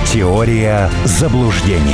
Теория заблуждений.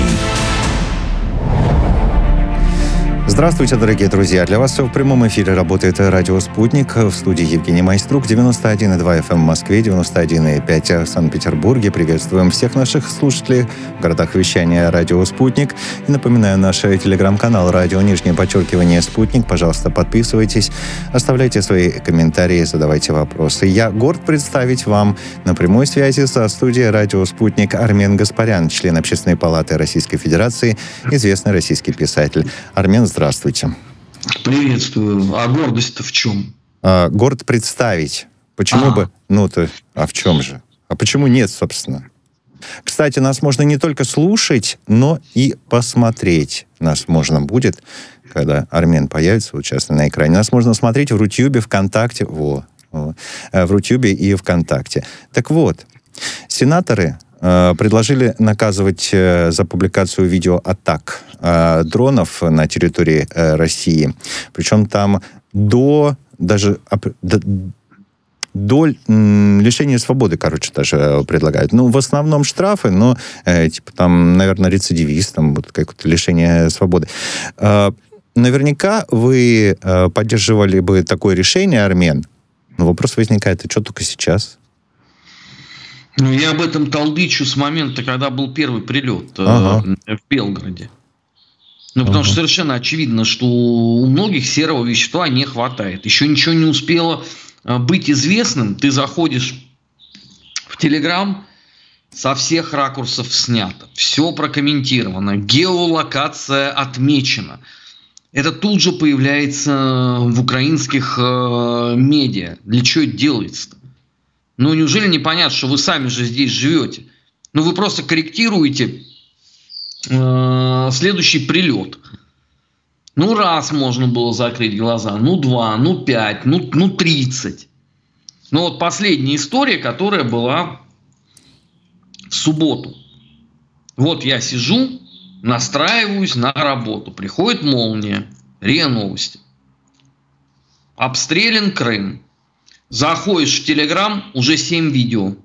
Здравствуйте, дорогие друзья! Для вас в прямом эфире работает радио «Спутник». В студии Евгений Майструк. 91,2 FM в Москве, 91,5 в Санкт-Петербурге. Приветствуем всех наших слушателей в городах вещания радио «Спутник». И напоминаю, наш телеграм-канал _Спутник. Пожалуйста, подписывайтесь, оставляйте свои комментарии, задавайте вопросы. Я горд представить вам на прямой связи со студией радио «Спутник» Армен Гаспарян, член Общественной палаты Российской Федерации, известный российский писатель. Армен, здравствуйте. Приветствую. А гордость-то в чем? Горд представить. Почему бы... А в чем же? А почему нет, собственно? Кстати, нас можно не только слушать, но и посмотреть. Нас можно будет, когда Армен появится вот сейчас на экране, нас можно смотреть в Рутюбе, ВКонтакте. В Рутюбе и ВКонтакте. Так вот, сенаторы предложили наказывать за публикацию видеоатак дронов на территории России. Причем там до лишения свободы, даже предлагают. В основном штрафы, но там, наверное, рецидивистам будет какое-то лишение свободы. Наверняка вы поддерживали бы такое решение, Армен. Но вопрос возникает, что только сейчас? Я об этом толдычу с момента, когда был первый прилет в Белгороде. Потому что совершенно очевидно, что у многих серого вещества не хватает. Еще ничего не успело быть известным. Ты заходишь в Телеграм, со всех ракурсов снято. Все прокомментировано. Геолокация отмечена. Это тут же появляется в украинских медиа. Для чего это делается-то? Неужели не понятно, что вы сами же здесь живете? Вы просто корректируете следующий прилет. Раз можно было закрыть глаза, 2, 5, 30. Последняя история, которая была в субботу. Я сижу, настраиваюсь на работу. Приходит молния, РИА Новости. Обстрелян Крым. Заходишь в Телеграм, уже 7 видео.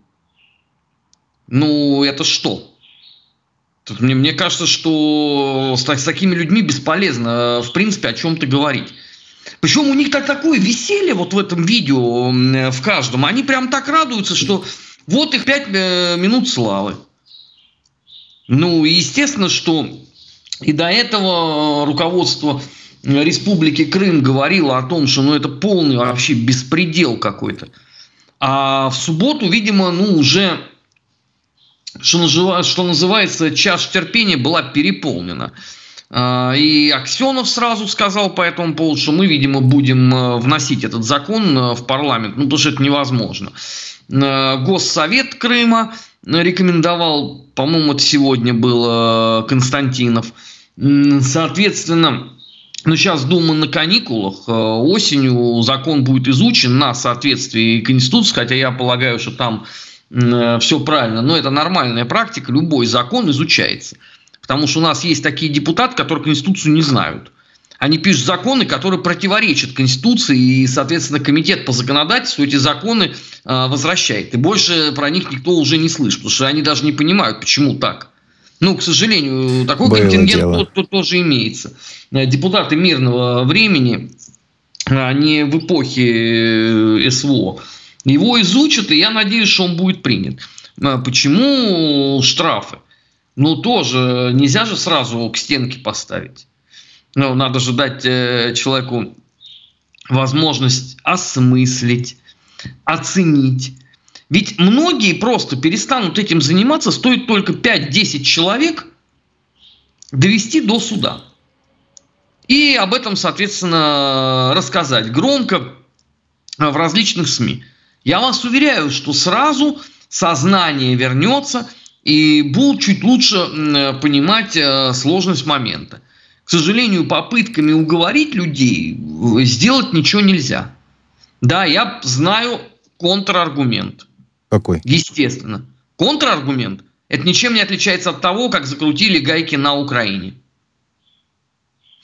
Это что? Мне кажется, что с такими людьми бесполезно, в принципе, о чем-то говорить. Причем у них такое веселье в этом видео в каждом. Они прям так радуются, что их 5 минут славы. Естественно, что и до этого руководство Республики Крым говорила о том, что это полный вообще беспредел какой-то. А в субботу, видимо, уже, что называется, чаша терпения была переполнена. И Аксенов сразу сказал по этому поводу, что мы, видимо, будем вносить этот закон в парламент, потому что это невозможно. Госсовет Крыма рекомендовал, по-моему, это сегодня был Константинов. Соответственно, сейчас Дума на каникулах, осенью закон будет изучен на соответствие Конституции, хотя я полагаю, что там все правильно, но это нормальная практика, любой закон изучается. Потому что у нас есть такие депутаты, которые Конституцию не знают. Они пишут законы, которые противоречат Конституции, и, соответственно, комитет по законодательству эти законы возвращает. И больше про них никто уже не слышит, потому что они даже не понимают, почему так. К сожалению, такой контингент тоже имеется. Депутаты мирного времени, они в эпохе СВО, его изучат, и я надеюсь, что он будет принят. Почему штрафы? Тоже нельзя же сразу к стенке поставить. Надо же дать человеку возможность осмыслить, оценить. Ведь многие просто перестанут этим заниматься, стоит только 5-10 человек довести до суда. И об этом, соответственно, рассказать громко в различных СМИ. Я вас уверяю, что сразу сознание вернется и будут чуть лучше понимать сложность момента. К сожалению, попытками уговорить людей сделать ничего нельзя. Да, я знаю контраргумент. Какой? Естественно. Контраргумент – это ничем не отличается от того, как закрутили гайки на Украине.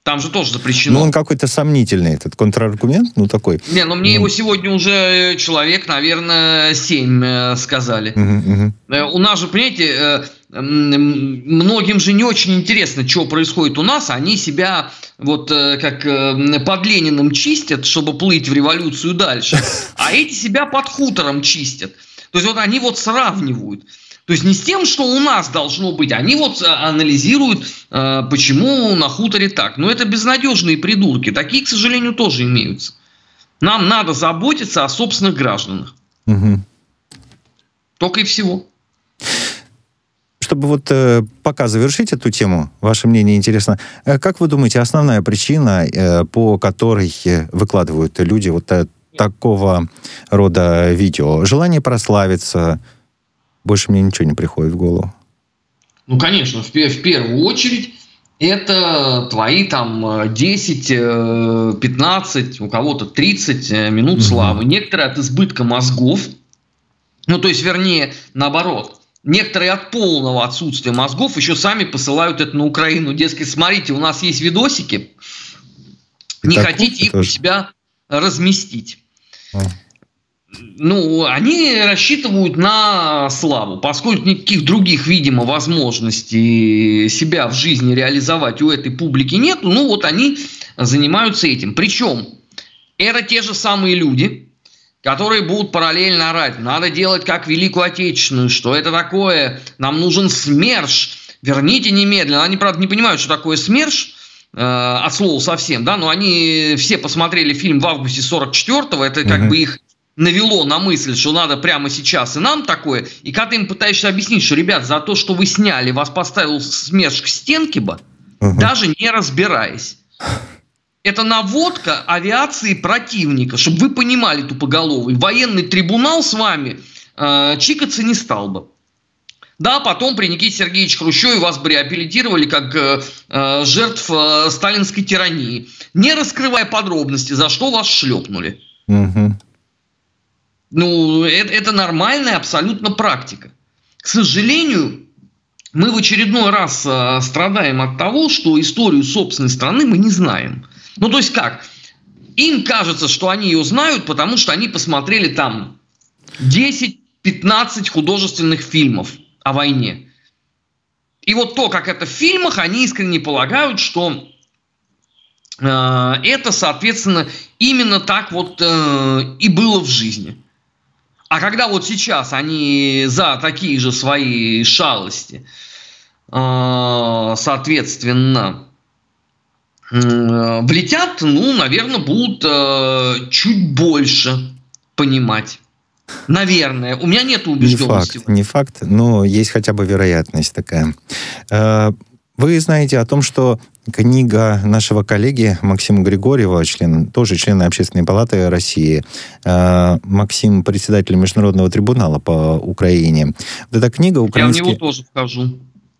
Там же тоже запрещено. Ну, он какой-то сомнительный, этот контраргумент, ну, такой. Не, ну, мне его сегодня уже человек, наверное, 7 сказали. У нас же, понимаете, многим же не очень интересно, что происходит у нас. Они себя вот как под Лениным чистят, чтобы плыть в революцию дальше. А эти себя под хутором чистят. То есть, вот они вот сравнивают. То есть не с тем, что у нас должно быть, они вот анализируют, почему на хуторе так. Но это безнадежные придурки. Такие, к сожалению, тоже имеются. Нам надо заботиться о собственных гражданах. Только и всего. Чтобы вот пока завершить эту тему, ваше мнение интересно. Как вы думаете, основная причина, по которой выкладывают люди вот такого рода видео? Желание прославиться? Больше мне ничего не приходит в голову. Ну, конечно, в первую очередь это твои там 10, 15, у кого-то 30 минут славы. Некоторые от избытка мозгов, ну, то есть, вернее, наоборот, некоторые от полного отсутствия мозгов еще сами посылают это на Украину. Дескать, смотрите, у нас есть видосики, не хотите их у себя разместить. Ну, они рассчитывают на славу, поскольку никаких других, видимо, возможностей себя в жизни реализовать у этой публики нет, ну вот они занимаются этим. Причем это те же самые люди, которые будут параллельно орать: надо делать как Великую Отечественную, что это такое, нам нужен СМЕРШ, верните немедленно. Они, правда, не понимают, что такое СМЕРШ, от слова совсем, да, но они все посмотрели фильм в августе 44-го, это как бы их навело на мысль, что надо прямо сейчас и нам такое. И когда ты им пытаешься объяснить, что, ребят, за то, что вы сняли, вас поставил СМЕРШ к стенке бы, даже не разбираясь. Это наводка авиации противника, чтобы вы понимали, тупоголовый. Военный трибунал с вами чикаться не стал бы. Да, потом при Никите Сергеевиче Хрущеве вас бы реабилитировали как жертв сталинской тирании, не раскрывая подробности, за что вас шлепнули. Ну, это нормальная абсолютно практика. К сожалению, мы в очередной раз страдаем от того, что историю собственной страны мы не знаем. Ну, то есть как? Им кажется, что они ее знают, потому что они посмотрели там 10-15 художественных фильмов о войне. И вот то, как это в фильмах, они искренне полагают, что это, соответственно, именно так вот и было в жизни. А когда вот сейчас они за такие же свои шалости, соответственно, влетят, ну, наверное, будут чуть больше понимать. Наверное. У меня нет убежденности. Не факт, но есть хотя бы вероятность такая. Вы знаете о том, что книга нашего коллеги Максима Григорьева, тоже члена Общественной палаты России, Максим, председатель Международного трибунала по Украине. Вот эта книга украинская... Я в него тоже вхожу.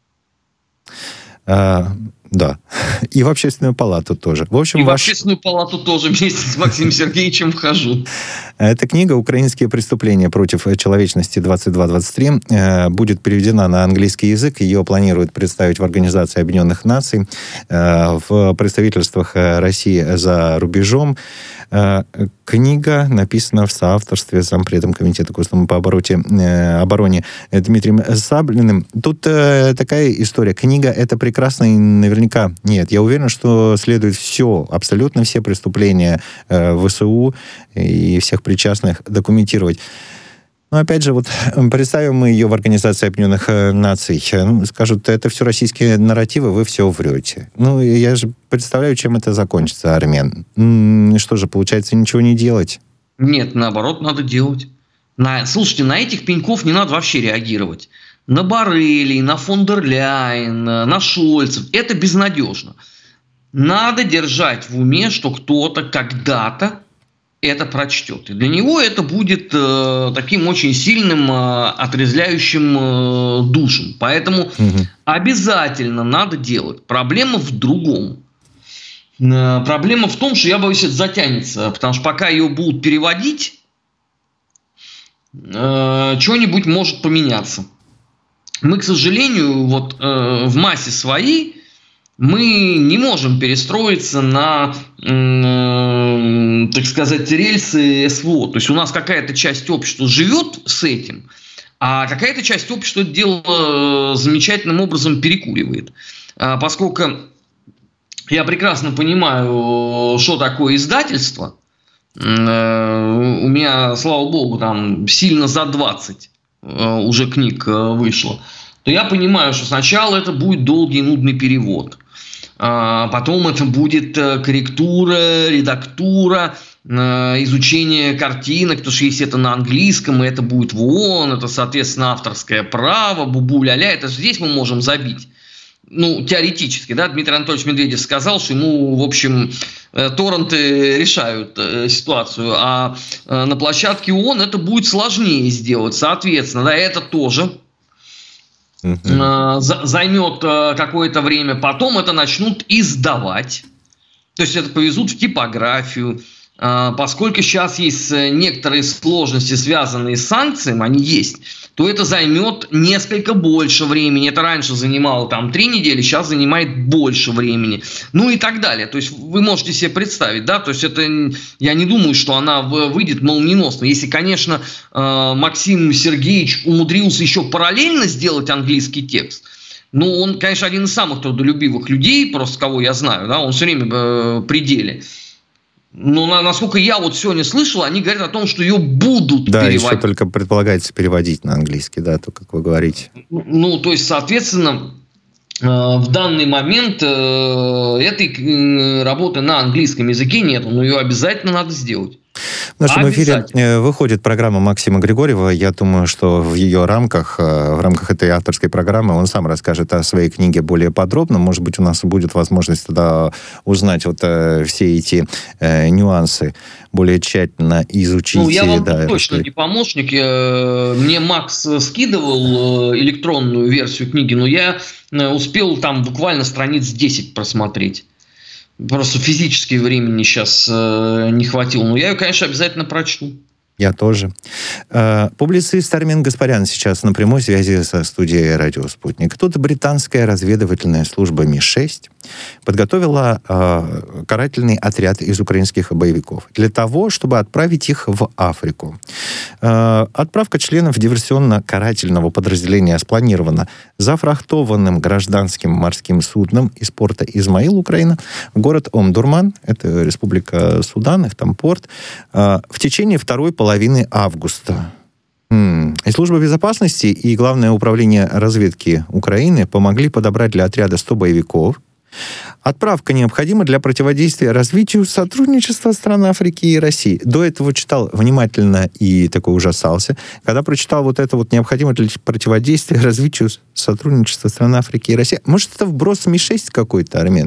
Да. И в Общественную палату тоже. В общем, в Общественную палату тоже вместе с Максимом Сергеевичем вхожу. Эта книга «Украинские преступления против человечности 22-23» будет переведена на английский язык. Ее планируют представить в Организации Объединенных Наций, в представительствах России за рубежом. Книга написана в соавторстве с зампредом Комитета Госдумы по обороне Дмитрием Саблиным. Тут такая история. Книга это прекрасно и наверняка... Нет, я уверен, что следует все, абсолютно все преступления ВСУ и всех причастных документировать. Но опять же, вот представим мы ее в Организации Объединенных Наций. Скажут, это все российские нарративы, вы все врете. Ну, я же представляю, чем это закончится, Армен. Что же, получается, ничего не делать? Нет, наоборот, надо делать. Слушайте, на этих пеньков не надо вообще реагировать. На Боррелли, на фон дер Ляйен, на Шольцев. Это безнадежно. Надо держать в уме, что кто-то когда-то это прочтет. И для него это будет таким очень сильным отрезвляющим душем. Поэтому обязательно надо делать. Проблема в другом. Проблема в том, что я боюсь, это затянется. Потому что пока ее будут переводить, что-нибудь может поменяться. Мы, к сожалению, вот в массе своей Мы не можем перестроиться на, так сказать, рельсы СВО. То есть у нас какая-то часть общества живет с этим, а какая-то часть общества это дело замечательным образом перекуривает. Поскольку я прекрасно понимаю, что такое издательство, у меня, слава богу, там сильно за 20 уже книг вышло, то я понимаю, что сначала это будет долгий и нудный перевод. Потом это будет корректура, редактура, изучение картинок, потому что если это на английском, и это будет в ООН, это, соответственно, авторское право, бубу-ля-ля, это же здесь мы можем забить. Ну, теоретически, да, Дмитрий Анатольевич Медведев сказал, что ему, в общем, торренты решают ситуацию, а на площадке ООН это будет сложнее сделать, соответственно, да, это тоже займет какое-то время, потом это начнут издавать, то есть это повезут в типографию, поскольку сейчас есть некоторые сложности, связанные с санкциями, они есть, то это займет несколько больше времени. Это раньше занимало там 3 недели, сейчас занимает больше времени. Ну и так далее. То есть вы можете себе представить, да, то есть это, я не думаю, что она выйдет молниеносно. Если, конечно, Максим Сергеевич умудрился еще параллельно сделать английский текст, ну, он, конечно, один из самых трудолюбивых людей, просто кого я знаю, да, он все время при деле. Но насколько я вот сегодня слышал, они говорят о том, что ее будут переводить. Да, еще только предполагается переводить на английский, да, то, как вы говорите. Ну, то есть, соответственно, в данный момент этой работы на английском языке нет, но ее обязательно надо сделать. В нашем эфире выходит программа Максима Григорьева. Я думаю, что в ее рамках, в рамках этой авторской программы, он сам расскажет о своей книге более подробно. Может быть, у нас будет возможность тогда узнать вот все эти нюансы более тщательно изучить. Ну, я вам точно не помощник. Мне Макс скидывал электронную версию книги, но я успел там буквально страниц 10 просмотреть. Просто физически времени сейчас не хватило. Но я ее, конечно, обязательно прочту. Я тоже. Публицист Армен Гаспарян сейчас на прямой связи со студией «Радио Спутник». Тут британская разведывательная служба Ми-6 подготовила карательный отряд из украинских боевиков для того, чтобы отправить их в Африку. Отправка членов диверсионно-карательного подразделения спланирована зафрахтованным гражданским морским судном из порта Измаил, Украина, в город Омдурман, это Республика Судан, их там порт, в течение второй половины августа. И Служба безопасности и Главное управление разведки Украины помогли подобрать для отряда 100 боевиков. Отправка необходима для противодействия развитию сотрудничества стран Африки и России. До этого читал внимательно и такой ужасался. Когда прочитал вот это вот необходимо для противодействия развитию сотрудничества стран Африки и России. Может, это вброс Ми-6 какой-то, Армен?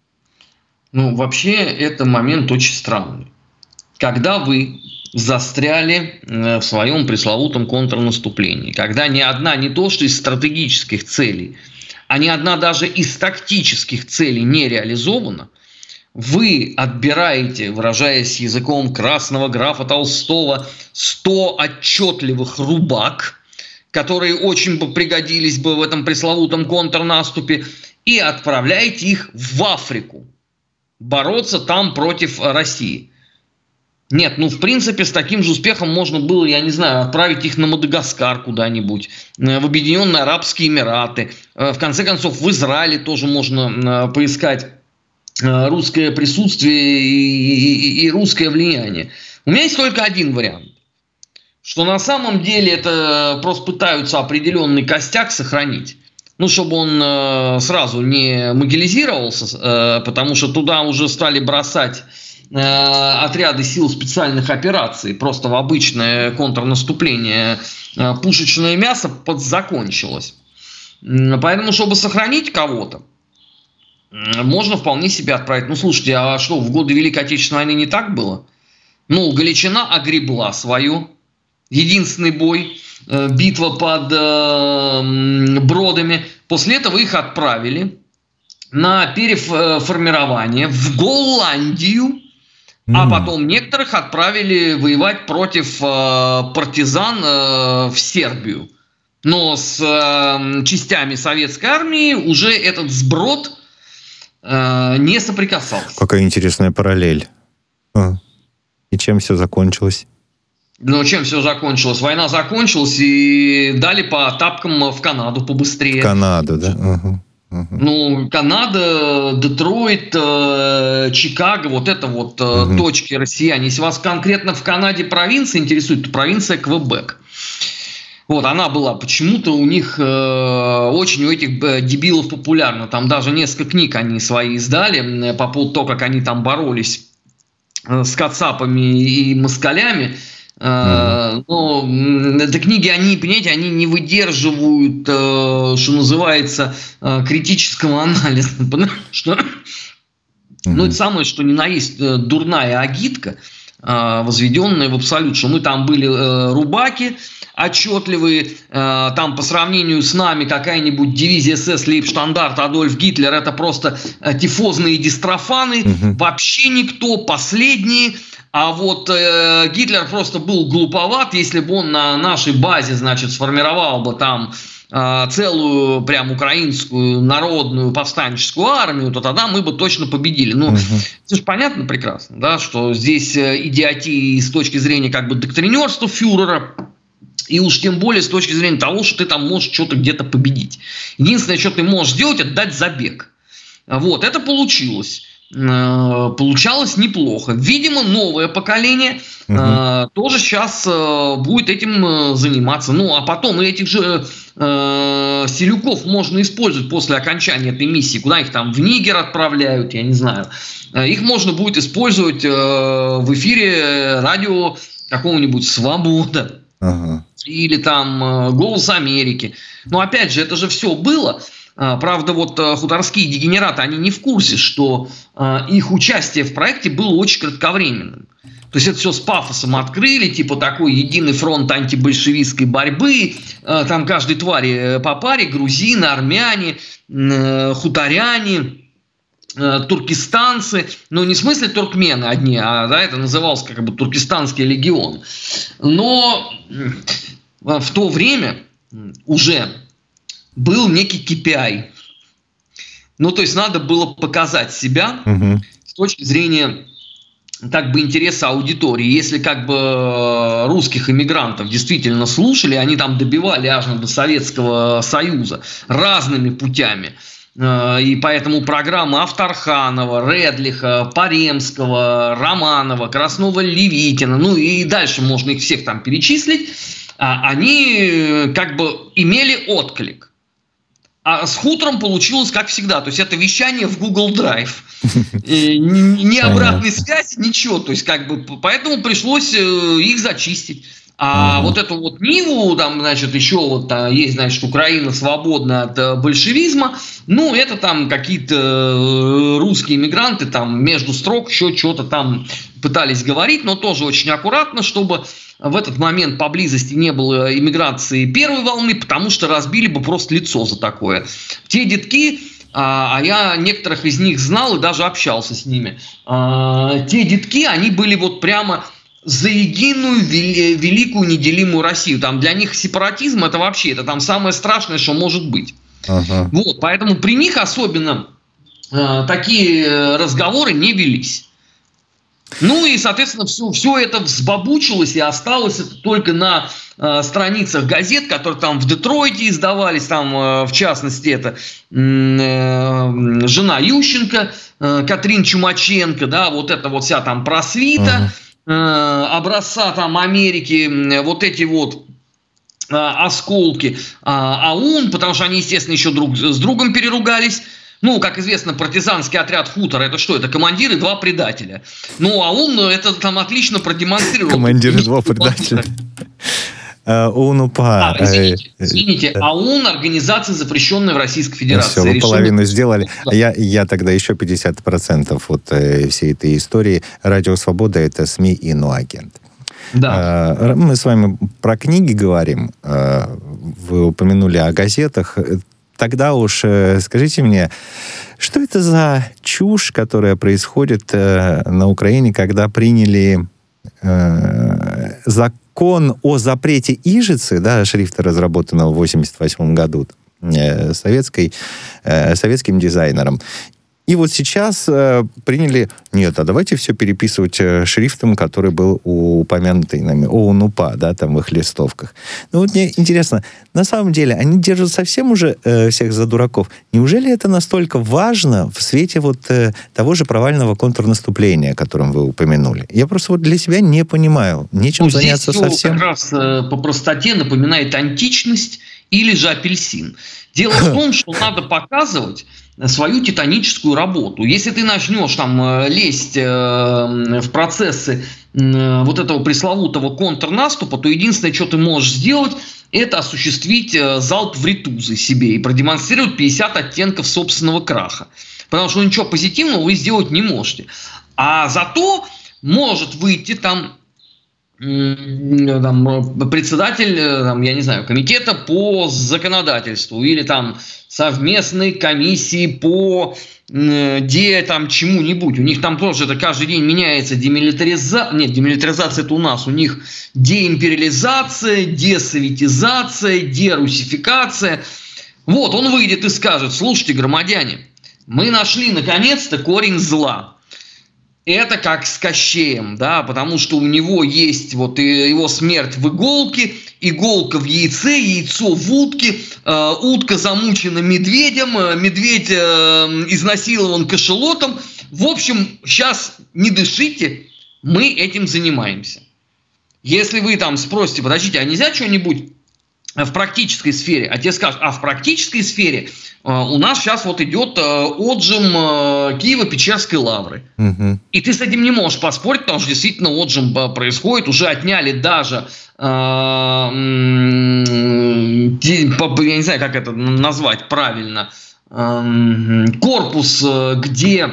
Ну, вообще, это момент очень странный. Когда вы застряли в своем пресловутом контрнаступлении, когда ни одна не то что из стратегических целей, а ни одна даже из тактических целей не реализована, вы отбираете, выражаясь языком красного графа Толстого, 100 отчетливых рубак, которые очень бы пригодились бы в этом пресловутом контрнаступе, и отправляете их в Африку бороться там против России. Нет, ну, в принципе, с таким же успехом можно было, я не знаю, отправить их на Мадагаскар куда-нибудь, в Объединенные Арабские Эмираты. В конце концов, в Израиле тоже можно поискать русское присутствие и русское влияние. У меня есть только один вариант. Что на самом деле это просто пытаются определенный костяк сохранить. Ну, чтобы он сразу не могилизировался, потому что туда уже стали бросать отряды сил специальных операций, просто в обычное контрнаступление пушечное мясо подзакончилось. Поэтому, чтобы сохранить кого-то, можно вполне себе отправить. Ну, слушайте, а что, в годы Великой Отечественной войны не так было? Ну, Галичина огребла свое. Единственный бой, битва под Бродами. После этого их отправили на переформирование в Голландию. А потом некоторых отправили воевать против партизан в Сербию. Но с частями советской армии уже этот сброд не соприкасался. Какая интересная параллель. И чем все закончилось? Ну, чем все закончилось? Война закончилась, и дали по тапкам в Канаду побыстрее. В Канаду, да? Ну, Канада, Детройт, Чикаго, вот это вот точки россияне. Если вас конкретно в Канаде провинция интересует, то провинция Квебек. Вот, она была почему-то у них очень у этих дебилов популярна. Там даже несколько книг они свои издали по поводу того, как они там боролись с кацапами и москалями. Но эти книги, они, понимаете, они не выдерживают, что называется, критического анализа. Потому что, ну, это самое, что ни на есть дурная агитка, возведенная в абсолют, что мы там были рубаки отчетливые, там по сравнению с нами какая-нибудь дивизия СС Лейбштандарт Адольф Гитлер, это просто тифозные дистрофаны, вообще никто, последние. А вот Гитлер просто был глуповат, если бы он на нашей базе, значит, сформировал бы там целую прям украинскую народную повстанческую армию, то тогда мы бы точно победили. Ну, это же понятно прекрасно, да, что здесь идиотия с точки зрения как бы доктринерства фюрера, и уж тем более с точки зрения того, что ты там можешь что-то где-то победить. Единственное, что ты можешь сделать, это дать забег. Вот, это получилось. Получалось неплохо. Видимо, новое поколение тоже сейчас будет этим заниматься. Ну, а потом этих же селюков можно использовать после окончания этой миссии. Куда их там в Нигер отправляют, я не знаю. Их можно будет использовать в эфире радио какого-нибудь «Свобода». Или там «Голос Америки». Но опять же, это же все было. Правда, вот хуторские дегенераты, они не в курсе, что их участие в проекте было очень кратковременным. То есть это все с пафосом открыли, типа такой единый фронт антибольшевистской борьбы. Там каждой твари по паре: грузины, армяне, хуторяне, туркестанцы. Ну, не в смысле туркмены одни, а да, это называлось как бы туркестанский легион. Но в то время уже был некий KPI. Ну, то есть надо было показать себя с точки зрения как бы интереса аудитории. Если как бы русских иммигрантов действительно слушали, они там добивали аж до Советского Союза разными путями. И поэтому программы Авторханова, Редлиха, Паремского, Романова, Краснова-Левитина, ну и дальше можно их всех там перечислить, они как бы имели отклик. А с хутором получилось как всегда. То есть это вещание в Google Drive. Ни обратной связи, ничего. То есть как бы поэтому пришлось их зачистить. А вот эту вот Ниву, там, значит, еще вот есть, значит, Украина свободна от большевизма. Ну, это там какие-то русские иммигранты там между строк еще что-то там пытались говорить, но тоже очень аккуратно, чтобы в этот момент поблизости не было иммиграции первой волны, потому что разбили бы просто лицо за такое. Те детки, а я некоторых из них знал и даже общался с ними, те детки, они были вот прямо за единую великую неделимую Россию. Там для них сепаратизм это вообще, это там самое страшное, что может быть. Вот, поэтому при них особенно такие разговоры не велись. Ну и, соответственно, все это взбабучилось и осталось это только на страницах газет, которые там в Детройте издавались, там в частности это жена Ющенко, Катрин Чумаченко, да, вот это вот вся там просвита, образца там Америки, вот эти вот осколки АУН, потому что они, естественно, еще друг с другом переругались. Ну, как известно, партизанский отряд «Хутор» — это что? Это командиры, 2 предателя. Ну, АУН это там отлично продемонстрировал. Командиры, 2 предателя. ОУН-УПА. Извините, АУН — организация, запрещенная в Российской Федерации. Все, вы половину сделали. Я тогда еще 50% вот всей этой истории. Радио «Свобода» — это СМИ и иноагент. Да. Мы с вами про книги говорим. Вы упомянули о газетах. Тогда уж скажите мне, что это за чушь, которая происходит на Украине, когда приняли закон о запрете ижицы, да, шрифта, разработанного в 1988 году советским дизайнером. И вот сейчас приняли, нет, а давайте все переписывать шрифтом, который был упомянутый нами, ОУН-УПА, да, там в их листовках. Ну вот мне интересно, на самом деле, они держат совсем уже всех за дураков. Неужели это настолько важно в свете вот того же провального контрнаступления, о котором вы упомянули? Я просто вот для себя не понимаю. Нечем заняться здесь совсем. Как раз по простоте напоминает античность или же апельсин. Дело в том, что надо показывать свою титаническую работу. Если ты начнешь там лезть в процессы вот этого пресловутого контрнаступа, то единственное, что ты можешь сделать, это осуществить залп в ритузы себе и продемонстрировать 50 оттенков собственного краха. Потому что ничего позитивного вы сделать не можете. А зато может выйти там председатель, я не знаю, комитета по законодательству или там совместной комиссии по чему-нибудь. У них там тоже это каждый день меняется демилитаризация это у нас. У них деимпериализация, десоветизация, дерусификация. Вот, он выйдет и скажет: слушайте, громадяне, мы нашли наконец-то корень зла. Это как с Кощеем, да, потому что у него есть вот его смерть в иголке, иголка в яйце, яйцо в утке, утка замучена медведем, медведь изнасилован кашалотом. В общем, сейчас не дышите, мы этим занимаемся. Если вы там спросите: подождите, а нельзя что-нибудь в практической сфере? А тебе скажут: а в практической сфере у нас сейчас вот идет отжим Киево-Печерской лавры. Угу. И ты с этим не можешь поспорить, потому что действительно отжим происходит. Уже отняли даже, я не знаю, как это назвать правильно, корпус, где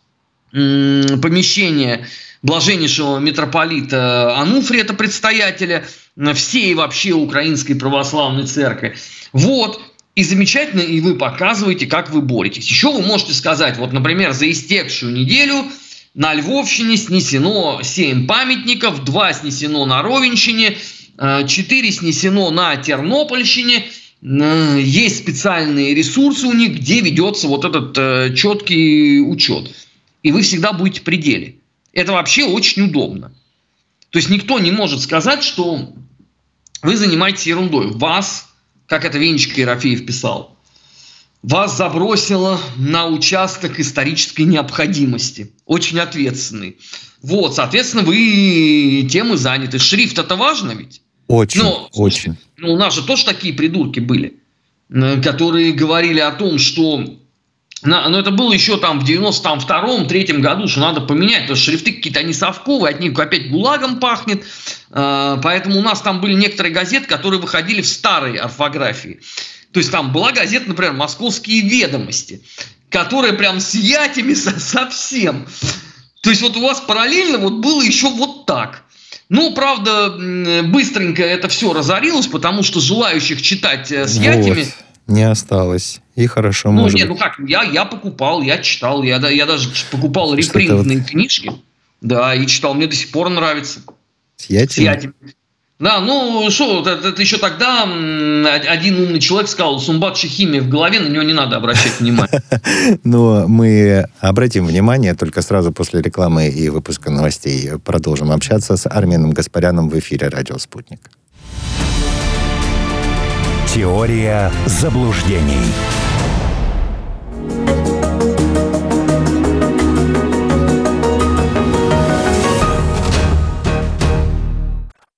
помещение блаженнейшего митрополита Ануфрия, это предстоятеля всей вообще украинской православной церкви. Вот. И замечательно, и вы показываете, как вы боретесь. Еще вы можете сказать, вот, например, за истекшую неделю на Львовщине снесено 7 памятников, 2 снесено на Ровенщине, 4 снесено на Тернопольщине. Есть специальные ресурсы у них, где ведется вот этот четкий учет. И вы всегда будете в пределе. Это вообще очень удобно. То есть никто не может сказать, что вы занимаетесь ерундой. Вас, как это Венечка Ерофеев писал, вас забросило на участок исторической необходимости. Очень ответственный. Вот, соответственно, вы тем и заняты. Шрифт это важно ведь? Очень, очень. Ну, у нас же тоже такие придурки были, которые говорили о том, что... Но это было еще там в 92-3 году, что надо поменять, потому что шрифты какие-то они совковые, от них опять ГУЛАГом пахнет. Поэтому у нас там были некоторые газеты, которые выходили в старой орфографии. То есть там была газета, например, «Московские ведомости», которая прям с ятями совсем. То есть вот у вас параллельно вот было еще вот так. Ну, правда, быстренько это все разорилось, потому что желающих читать с ятями... Не осталось. И хорошо, может быть. Ну как, я покупал, я читал, я даже покупал репринтные книжки. Да, и читал, мне до сих пор нравится. С ятями? Да, ну что, это еще тогда один умный человек сказал: сумбатчая химия в голове, на него не надо обращать внимание. Но мы обратим внимание только сразу после рекламы и выпуска новостей. Продолжим общаться с Арменом Гаспаряном в эфире «Радио Спутник». Теория заблуждений.